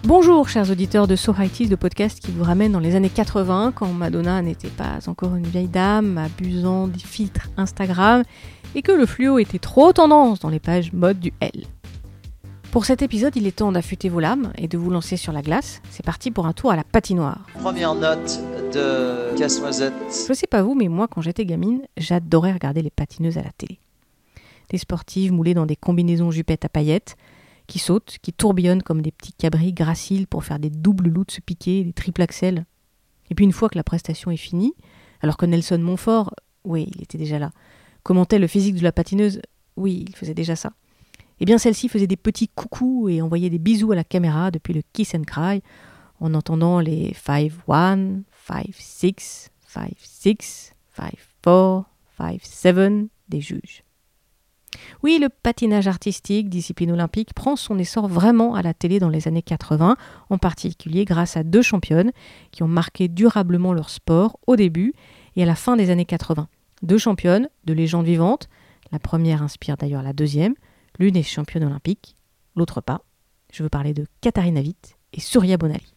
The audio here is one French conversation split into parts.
Bonjour chers auditeurs de So High Tea, le podcast qui vous ramène dans les années 80 quand Madonna n'était pas encore une vieille dame abusant des filtres Instagram et que le fluo était trop tendance dans les pages mode du Elle. Pour cet épisode, il est temps d'affûter vos lames et de vous lancer sur la glace. C'est parti pour un tour à la patinoire. Première note de Casse-Noisette. Je sais pas vous, mais moi quand j'étais gamine, j'adorais regarder les patineuses à la télé. Des sportives moulées dans des combinaisons jupettes à paillettes, qui sautent, qui tourbillonnent comme des petits cabris graciles pour faire des doubles loots piqués, des triples axels. Et puis une fois que la prestation est finie, alors que Nelson Montfort, oui, il était déjà là, commentait le physique de la patineuse, oui, il faisait déjà ça. Eh bien celle-ci faisait des petits coucous et envoyait des bisous à la caméra depuis le kiss and cry, en entendant les 5-1, 5-6, 5-6, 5-4, 5-7 des juges. Oui, le patinage artistique, discipline olympique, prend son essor vraiment à la télé dans les années 80, en particulier grâce à deux championnes qui ont marqué durablement leur sport au début et à la fin des années 80. Deux championnes, de légendes vivantes, la première inspire d'ailleurs la deuxième, l'une est championne olympique, l'autre pas. Je veux parler de Katharina Witt et Surya Bonaly.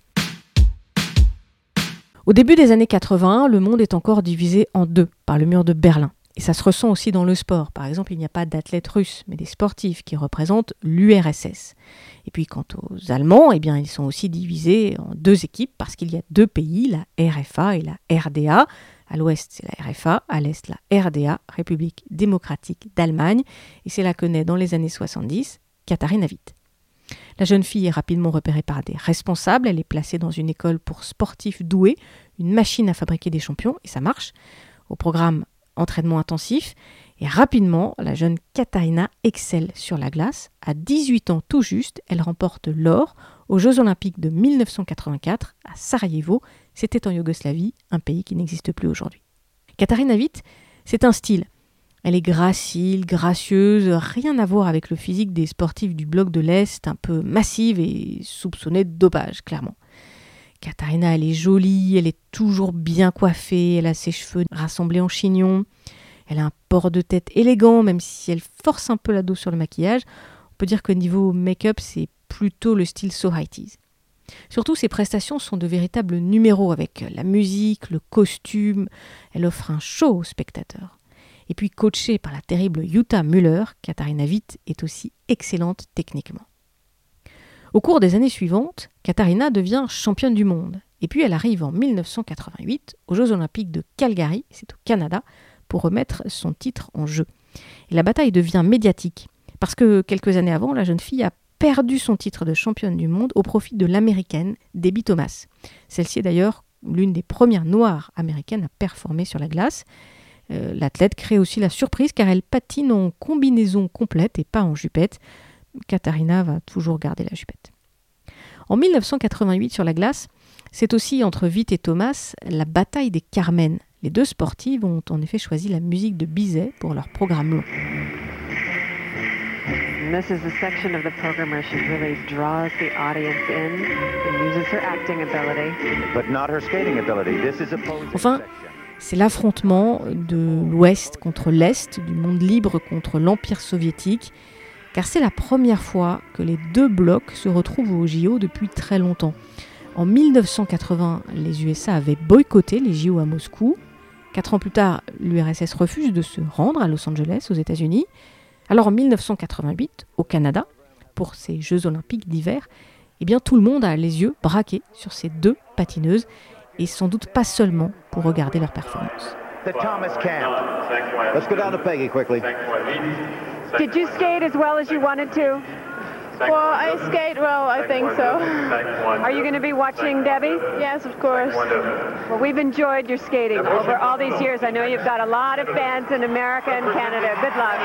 Au début des années 80, le monde est encore divisé en deux par le mur de Berlin. Et ça se ressent aussi dans le sport. Par exemple, il n'y a pas d'athlètes russes, mais des sportifs qui représentent l'URSS. Et puis quant aux Allemands, eh bien, ils sont aussi divisés en deux équipes parce qu'il y a deux pays, la RFA et la RDA. À l'ouest, c'est la RFA, à l'est, la RDA, République démocratique d'Allemagne. Et c'est là que naît dans les années 70 Katharina Witt. La jeune fille est rapidement repérée par des responsables. Elle est placée dans une école pour sportifs doués, une machine à fabriquer des champions, et ça marche. Au programme entraînement intensif, et rapidement, la jeune Katharina excelle sur la glace. À 18 ans tout juste, elle remporte l'or aux Jeux Olympiques de 1984 à Sarajevo. C'était en Yougoslavie, un pays qui n'existe plus aujourd'hui. Katharina Witt, c'est un style. Elle est gracile, gracieuse, rien à voir avec le physique des sportifs du bloc de l'Est, un peu massive et soupçonnée de dopage, clairement. Katharina, elle est jolie, elle est toujours bien coiffée, elle a ses cheveux rassemblés en chignon, elle a un port de tête élégant, même si elle force un peu la dose sur le maquillage. On peut dire que niveau make-up, c'est plutôt le style So High Tea. Surtout, ses prestations sont de véritables numéros avec la musique, le costume. Elle offre un show aux spectateurs. Et puis, coachée par la terrible Jutta Müller, Katharina Witt est aussi excellente techniquement. Au cours des années suivantes, Katharina devient championne du monde. Et puis elle arrive en 1988 aux Jeux Olympiques de Calgary, c'est au Canada, pour remettre son titre en jeu. Et la bataille devient médiatique, parce que quelques années avant, la jeune fille a perdu son titre de championne du monde au profit de l'américaine Debbie Thomas. Celle-ci est d'ailleurs l'une des premières noires américaines à performer sur la glace. L'athlète crée aussi la surprise car elle patine en combinaison complète et pas en jupette. Katharina va toujours garder la jupette. En 1988 sur la glace, c'est aussi entre Witt et Thomas la bataille des Carmen. Les deux sportives ont en effet choisi la musique de Bizet pour leur programme long. This is the section of the program where she really draws the audience in and uses her acting ability. But not her skating ability. This is opposing Enfin, c'est l'affrontement de l'Ouest contre l'Est, du monde libre contre l'Empire soviétique, car c'est la première fois que les deux blocs se retrouvent au JO depuis très longtemps. En 1980, les USA avaient boycotté les JO à Moscou. 4 ans plus tard, l'URSS refuse de se rendre à Los Angeles, aux États-Unis. Alors en 1988, au Canada, pour ces Jeux Olympiques d'hiver, eh bien, tout le monde a les yeux braqués sur ces deux patineuses, et sans doute pas seulement pour regarder leur performance. the Thomas camp. Let's go down to Peggy quickly. Did you skate as well as you wanted to? Well, I skate well, I think so. Are you going to be watching Debbie? Yes, of course. Well, we've enjoyed your skating over all these years. I know you've got a lot of fans in America and Canada. Good luck.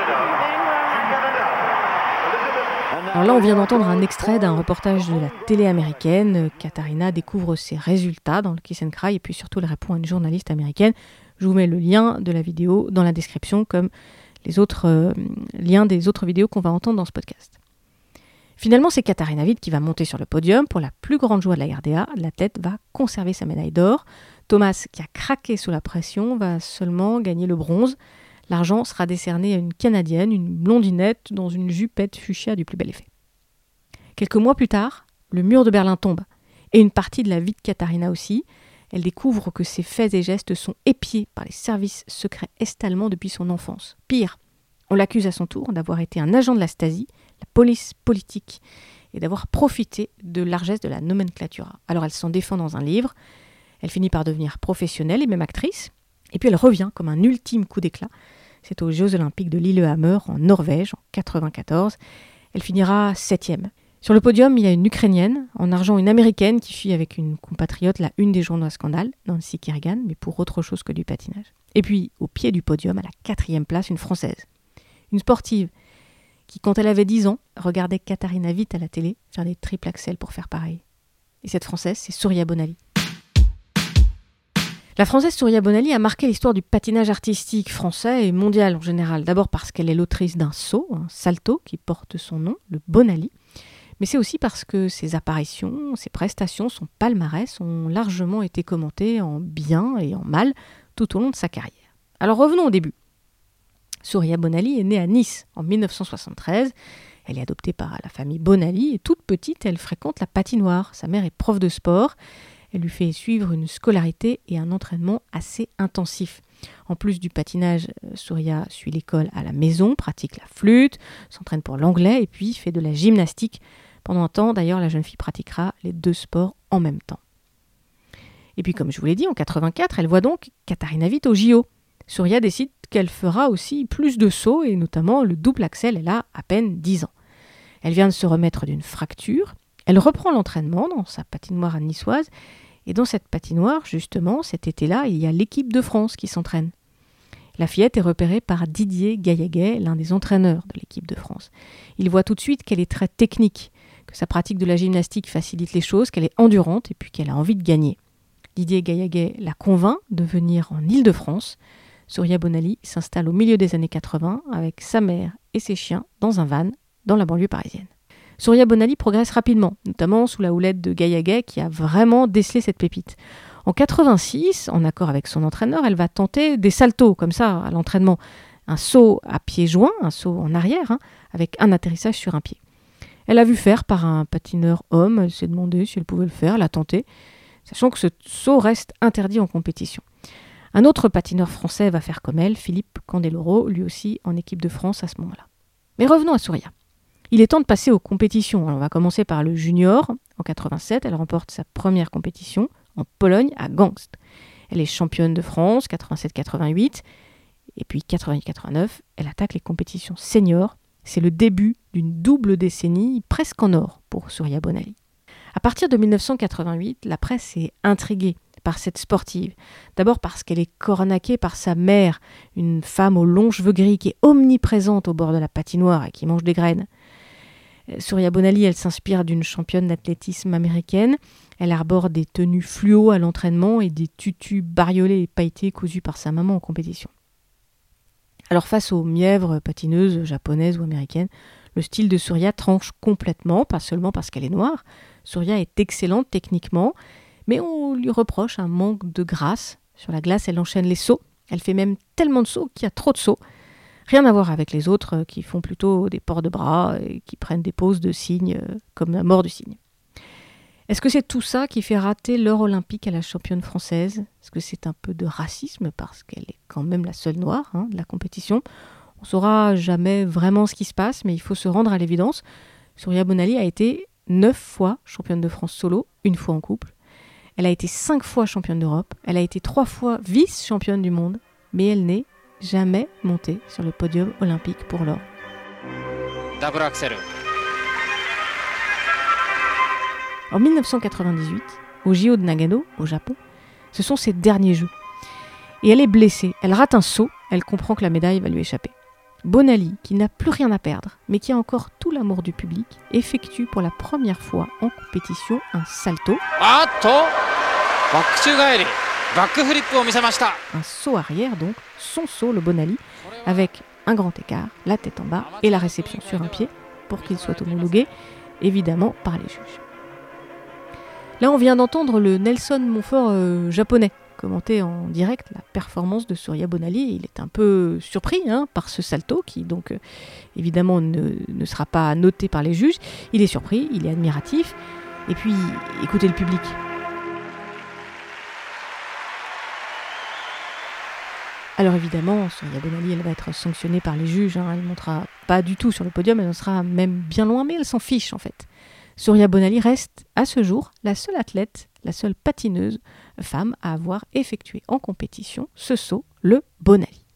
Alors là, on vient d'entendre un extrait d'un reportage de la télé américaine. Katharina découvre ses résultats dans le Kiss and Cry et puis surtout elle répond à une journaliste américaine. Je vous mets le lien de la vidéo dans la description comme les autres liens des autres vidéos qu'on va entendre dans ce podcast. Finalement, c'est Katharina Witt qui va monter sur le podium. Pour la plus grande joie de la RDA, l'athlète va conserver sa médaille d'or. Thomas, qui a craqué sous la pression, va seulement gagner le bronze. L'argent sera décerné à une Canadienne, une blondinette, dans une jupette fuchsia du plus bel effet. Quelques mois plus tard, le mur de Berlin tombe. Et une partie de la vie de Katharina aussi. Elle découvre que ses faits et gestes sont épiés par les services secrets est-allemands depuis son enfance. Pire, on l'accuse à son tour d'avoir été un agent de la Stasi, la police politique, et d'avoir profité de largesse de la nomenclatura. Alors elle s'en défend dans un livre, elle finit par devenir professionnelle et même actrice, et puis elle revient comme un ultime coup d'éclat. C'est aux Jeux Olympiques de Lillehammer en Norvège en 1994. Elle finira 7e. Sur le podium, il y a une Ukrainienne, en argent une Américaine qui fuit avec une compatriote la une des journaux à scandale, Nancy Kerrigan, mais pour autre chose que du patinage. Et puis, au pied du podium, à la 4e place, une Française. Une sportive qui, quand elle avait 10 ans, regardait Katharina Witt à la télé faire des triple axels pour faire pareil. Et cette Française, c'est Surya Bonaly. La Française Surya Bonaly a marqué l'histoire du patinage artistique français et mondial en général. D'abord parce qu'elle est l'autrice d'un saut, un salto qui porte son nom, le Bonaly. Mais c'est aussi parce que ses apparitions, ses prestations, son palmarès ont largement été commentées en bien et en mal tout au long de sa carrière. Alors revenons au début. Surya Bonaly est née à Nice en 1973. Elle est adoptée par la famille Bonaly et toute petite, elle fréquente la patinoire. Sa mère est prof de sport. Elle lui fait suivre une scolarité et un entraînement assez intensif. En plus du patinage, Surya suit l'école à la maison, pratique la flûte, s'entraîne pour l'anglais et puis fait de la gymnastique. Pendant un temps, d'ailleurs, la jeune fille pratiquera les 2 sports en même temps. Et puis, comme je vous l'ai dit, en 1984, elle voit donc Katharina Witt au JO. Surya décide qu'elle fera aussi plus de sauts et notamment le double axel. Elle a à peine 10 ans. Elle vient de se remettre d'une fracture. Elle reprend l'entraînement dans sa patinoire niçoise. Et dans cette patinoire, justement, cet été-là, il y a l'équipe de France qui s'entraîne. La fillette est repérée par Didier Gaillaguet, l'un des entraîneurs de l'équipe de France. Il voit tout de suite qu'elle est très technique, que sa pratique de la gymnastique facilite les choses, qu'elle est endurante et puis qu'elle a envie de gagner. Didier Gaillaguet la convainc de venir en Île-de-France. Surya Bonaly s'installe au milieu des années 80 avec sa mère et ses chiens dans un van dans la banlieue parisienne. Surya Bonaly progresse rapidement, notamment sous la houlette de Gaillaguet qui a vraiment décelé cette pépite. En 86, en accord avec son entraîneur, elle va tenter des saltos comme ça à l'entraînement. Un saut à pieds joints, un saut en arrière, avec un atterrissage sur un pied. Elle a vu faire par un patineur homme, elle s'est demandé si elle pouvait le faire, elle a tenté, sachant que ce saut reste interdit en compétition. Un autre patineur français va faire comme elle, Philippe Candeloro, lui aussi en équipe de France à ce moment-là. Mais revenons à Surya. Il est temps de passer aux compétitions. Alors on va commencer par le junior. En 87, elle remporte sa première compétition en Pologne à Gdańsk. Elle est championne de France, 87-88. Et puis 88-89, elle attaque les compétitions seniors. C'est le début d'une double décennie presque en or pour Surya Bonaly. À partir de 1988, la presse est intriguée par cette sportive. D'abord parce qu'elle est cornaquée par sa mère, une femme aux longs cheveux gris qui est omniprésente au bord de la patinoire et qui mange des graines. Surya Bonaly, elle s'inspire d'une championne d'athlétisme américaine. Elle arbore des tenues fluo à l'entraînement et des tutus bariolés et pailletés cousus par sa maman en compétition. Alors face aux mièvres patineuses japonaises ou américaines, le style de Surya tranche complètement, pas seulement parce qu'elle est noire. Surya est excellente techniquement, mais on lui reproche un manque de grâce. Sur la glace, elle enchaîne les sauts. Elle fait même tellement de sauts qu'il y a trop de sauts. Rien à voir avec les autres qui font plutôt des ports de bras et qui prennent des poses de cygne comme la mort du cygne. Est-ce que c'est tout ça qui fait rater l'or olympique à la championne française ? Est-ce que c'est un peu de racisme parce qu'elle est quand même la seule noire de la compétition ? On ne saura jamais vraiment ce qui se passe, mais il faut se rendre à l'évidence. Surya Bonaly a été 9 fois championne de France solo, 1 fois en couple. Elle a été 5 fois championne d'Europe. Elle a été 3 fois vice-championne du monde, mais elle n'est jamais montée sur le podium olympique pour l'or. Double axel. En 1998, au JO de Nagano, au Japon, ce sont ses derniers jeux. Et elle est blessée, elle rate un saut, elle comprend que la médaille va lui échapper. Bonaly, qui n'a plus rien à perdre, mais qui a encore tout l'amour du public, effectue pour la première fois en compétition un salto. Un saut arrière donc, son saut, le Bonaly, avec un grand écart, la tête en bas et la réception sur un pied, pour qu'il soit homologué, évidemment, par les juges. Là, on vient d'entendre le Nelson Montfort japonais commenter en direct la performance de Surya Bonaly. Il est un peu surpris par ce salto qui, donc, évidemment, ne sera pas noté par les juges. Il est surpris, il est admiratif. Et puis, écoutez le public. Alors évidemment, Surya Bonaly, elle va être sanctionnée par les juges. Elle ne montera pas du tout sur le podium, elle en sera même bien loin, mais elle s'en fiche en fait. Surya Bonaly reste, à ce jour, la seule athlète, la seule patineuse femme à avoir effectué en compétition ce saut, le Bonaly.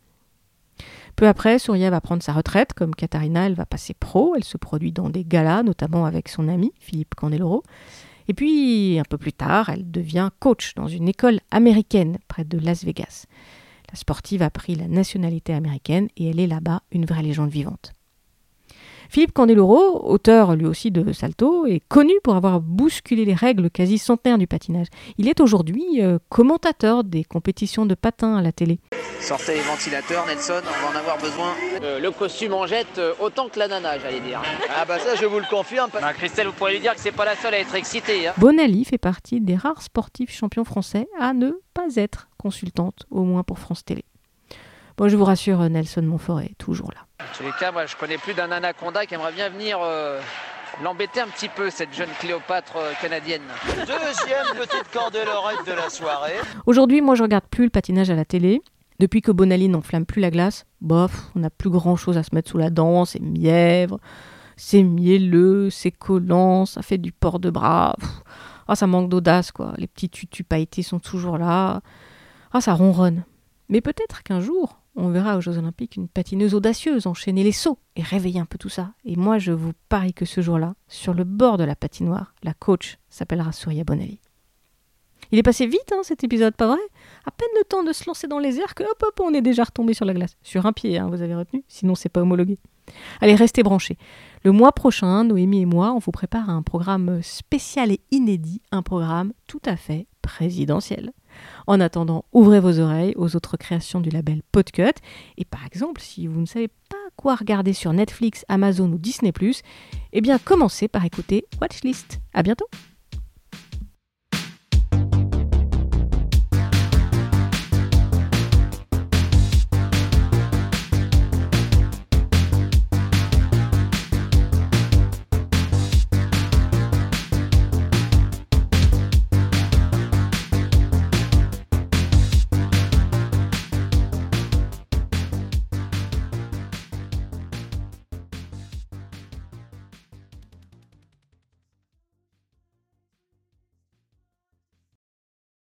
Peu après, Surya va prendre sa retraite. Comme Katarina, elle va passer pro. Elle se produit dans des galas, notamment avec son ami Philippe Candeloro. Et puis, un peu plus tard, elle devient coach dans une école américaine près de Las Vegas. La sportive a pris la nationalité américaine et elle est là-bas une vraie légende vivante. Philippe Candeloro, auteur lui aussi de Salto, est connu pour avoir bousculé les règles quasi centenaires du patinage. Il est aujourd'hui commentateur des compétitions de patin à la télé. Sortez les ventilateurs, Nelson, on va en avoir besoin. Le costume en jette autant que la nana, j'allais dire. Ah bah ça je vous le confirme. Christelle, vous pourrez lui dire que c'est pas la seule à être excitée. Bonaly fait partie des rares sportifs champions français à ne pas être consultante, au moins pour France Télé. Bon, je vous rassure, Nelson Montfort est toujours là. En tous les cas, moi je connais plus d'un anaconda qui aimerait bien venir l'embêter un petit peu, cette jeune Cléopâtre canadienne. Deuxième petite candelorette de la soirée. Aujourd'hui, moi je regarde plus le patinage à la télé. Depuis que Bonaly n'enflamme plus la glace, bof, on n'a plus grand chose à se mettre sous la dent, c'est mièvre, c'est mielleux, c'est collant, ça fait du port de bras. Ça manque d'audace, quoi. Les petits tutus pailletés sont toujours là. Ça ronronne. Mais peut-être qu'un jour, on verra aux Jeux Olympiques une patineuse audacieuse enchaîner les sauts et réveiller un peu tout ça. Et moi, je vous parie que ce jour-là, sur le bord de la patinoire, la coach s'appellera Surya Bonaly. Il est passé vite, cet épisode, pas vrai ? À peine le temps de se lancer dans les airs que hop, on est déjà retombé sur la glace. Sur un pied, vous avez retenu ? Sinon, c'est pas homologué. Allez, restez branchés. Le mois prochain, Noémie et moi, on vous prépare un programme spécial et inédit, un programme tout à fait présidentiel. En attendant, ouvrez vos oreilles aux autres créations du label Podcut. Et par exemple, si vous ne savez pas quoi regarder sur Netflix, Amazon ou Disney+, eh bien commencez par écouter Watchlist. À bientôt.